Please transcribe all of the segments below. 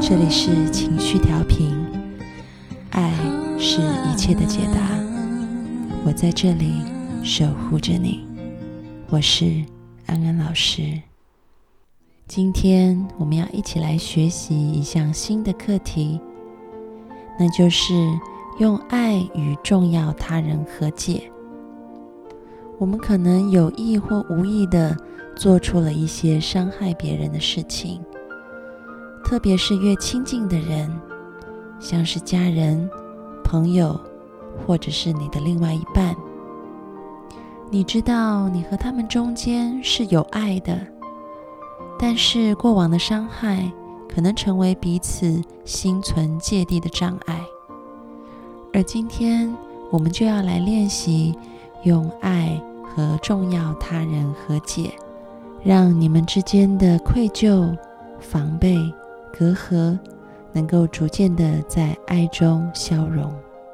这里是情绪调频，爱是一切的解答，我在这里守护着你。我是安安老师。今天我们要一起来学习一项新的课题，那就是用爱与重要他人和解。我们可能有意或无意的做出了一些伤害别人的事情，特别是越亲近的人，像是家人、朋友，或者是你的另外一半。你知道你和他们中间是有爱的，但是过往的伤害可能成为彼此心存芥蒂的障碍。而今天我们就要来练习用爱和重要他人和解，让你们之间的愧疚、防备、隔阂能够逐渐的在爱中消融。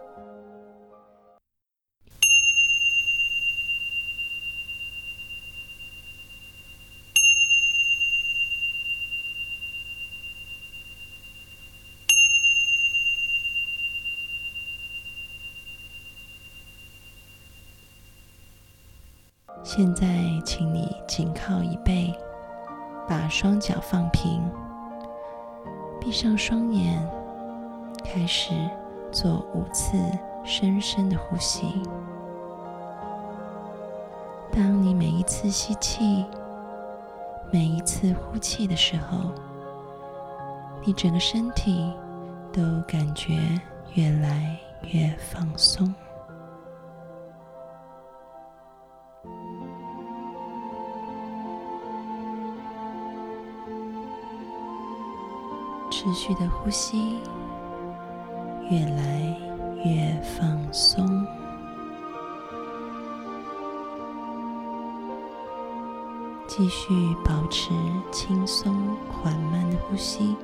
现在请你紧靠椅背，把双脚放平，闭上双眼，开始做5次深深的呼吸。当你每一次吸气，每一次呼气的时候，你整个身体都感觉越来越放松。持续的呼吸，越来越放松。继续保持轻松缓慢的呼吸。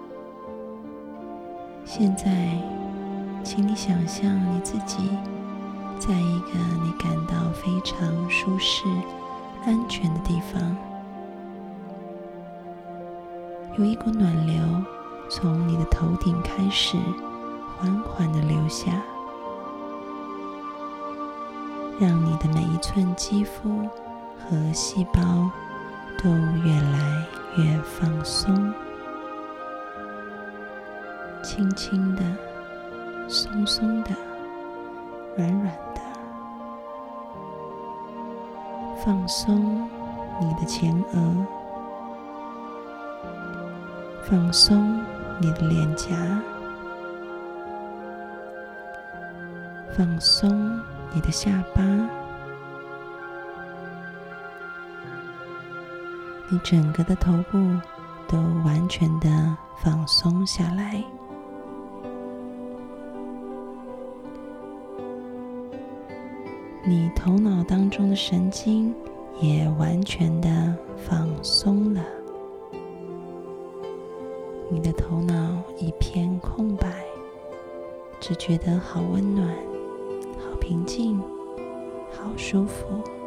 现在，请你想象你自己在一个你感到非常舒适、安全的地方，有一股暖流从你的头顶开始缓缓地流下，让你的每一寸肌肤和细胞都越来越放松，轻轻的、松松的、软软的。放松你的前额，放松你的脸颊，放松你的下巴，你整个的头部都完全的放松下来。你头脑当中的神经也完全的放松了。你的头脑一片空白，只觉得好温暖，好平静，好舒服。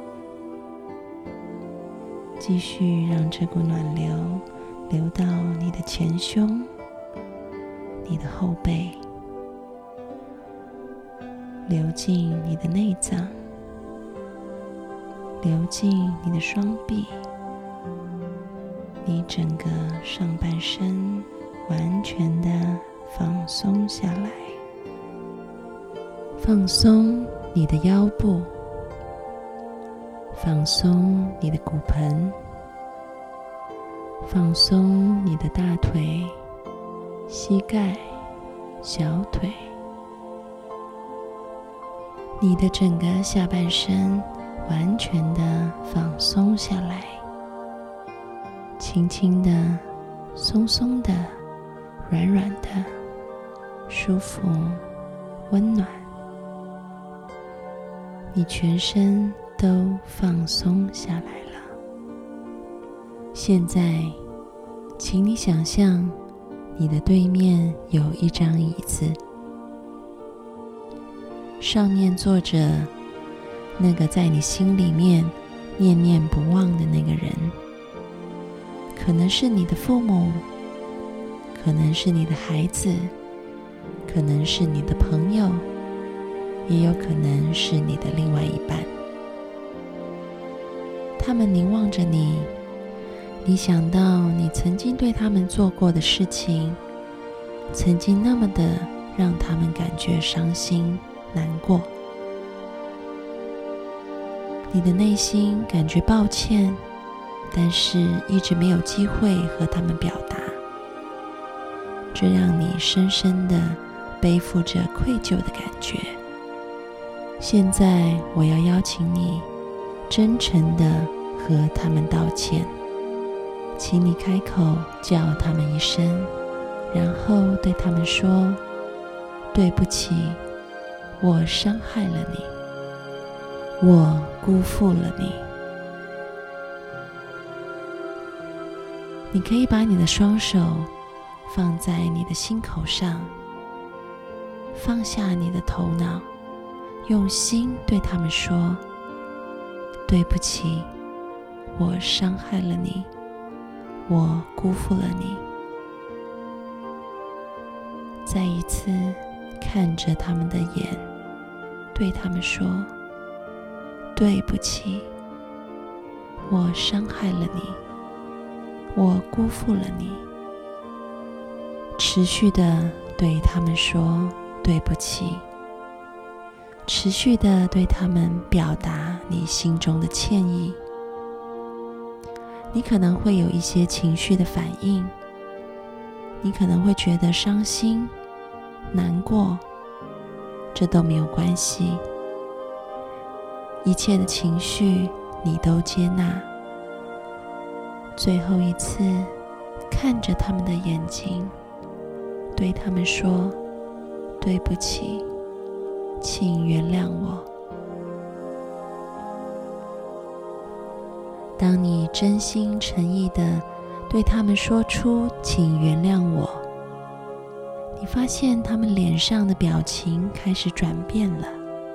继续让这股暖流流到你的前胸、你的后背，流进你的内脏，流进你的双臂，你整个上半身完全的放松下来。放松你的腰部，放松你的骨盆，放松你的大腿、膝盖、小腿，你的整个下半身完全的放松下来，轻轻的、松松的、软软的，舒服、温暖。你全身都放松下来了。现在，请你想象你的对面有一张椅子，上面坐着那个在你心里面念念不忘的那个人，可能是你的父母， 可能是你的孩子，可能是你的朋友，也有可能是你的另外一半。他们凝望着你，你想到你曾经对他们做过的事情，曾经那么的让他们感觉伤心难过。你的内心感觉抱歉，但是一直没有机会和他们表达，这让你深深的背负着愧疚的感觉。现在我要邀请你真诚的和他们道歉，请你开口叫他们一声，然后对他们说：对不起，我伤害了你，我辜负了你。你可以把你的双手放在你的心口上，放下你的头脑，用心对他们说：对不起，我伤害了你，我辜负了你。再一次看着他们的眼，对他们说：对不起，我伤害了你，我辜负了你。持续的对他们说对不起，持续的对他们表达你心中的歉意。你可能会有一些情绪的反应，你可能会觉得伤心、难过，这都没有关系。一切的情绪你都接纳。最后一次看着他们的眼睛，对他们说：对不起，请原谅我。当你真心诚意地对他们说出请原谅我，你发现他们脸上的表情开始转变了，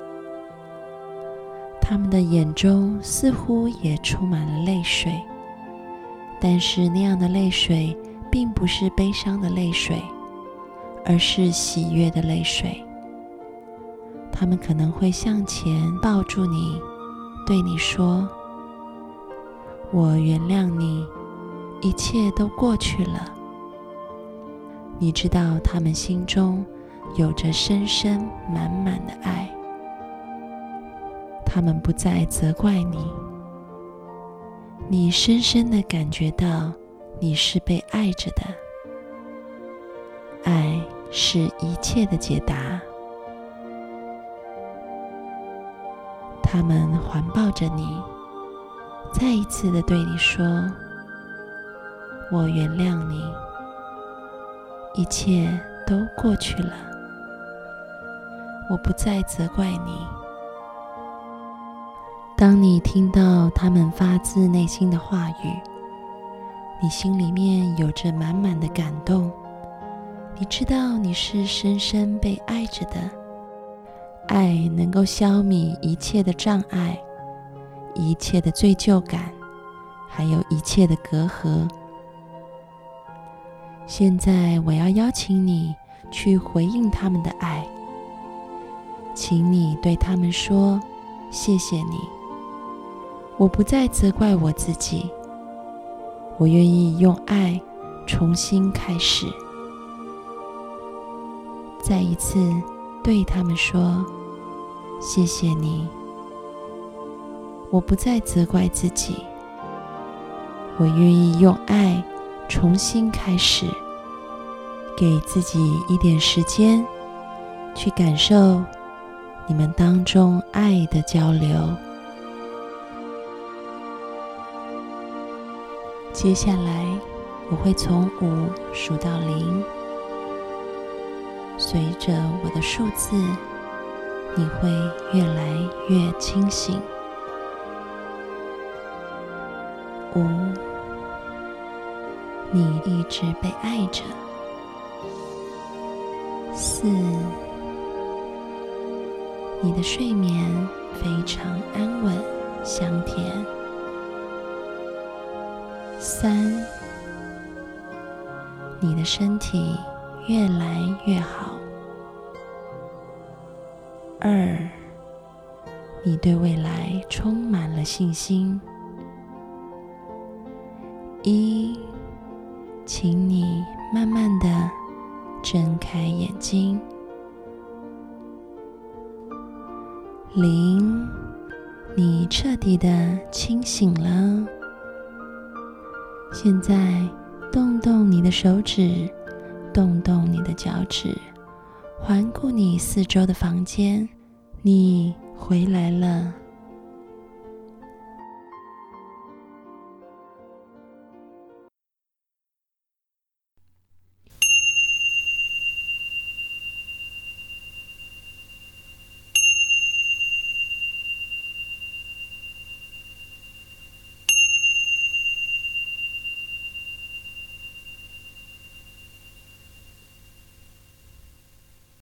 他们的眼中似乎也充满了泪水，但是那样的泪水并不是悲伤的泪水，而是喜悦的泪水。他们可能会向前抱住你，对你说：我原谅你，一切都过去了。你知道他们心中有着深深满满的爱，他们不再责怪你，你深深地感觉到你是被爱着的。爱是一切的解答。他们环抱着你，再一次地对你说：我原谅你，一切都过去了，我不再责怪你。当你听到他们发自内心的话语，你心里面有着满满的感动，你知道你是深深被爱着的。爱能够消弭一切的障碍，一切的罪疚感，还有一切的隔阂。现在我要邀请你去回应他们的爱，请你对他们说：谢谢你，我不再责怪我自己，我愿意用爱重新开始。再一次对他们说：谢谢你，我不再责怪自己，我愿意用爱重新开始，给自己一点时间去感受你们当中爱的交流。接下来我会从5数到0，随着我的数字，你会越来越清醒。5，你一直被爱着。4，你的睡眠非常安稳香甜。3， 你的身体越来越好。2，你对未来充满了信心。1，请你慢慢地睁开眼睛。0，你彻底的清醒了。现在动动你的手指，动动你的脚趾，环顾你四周的房间，你回来了。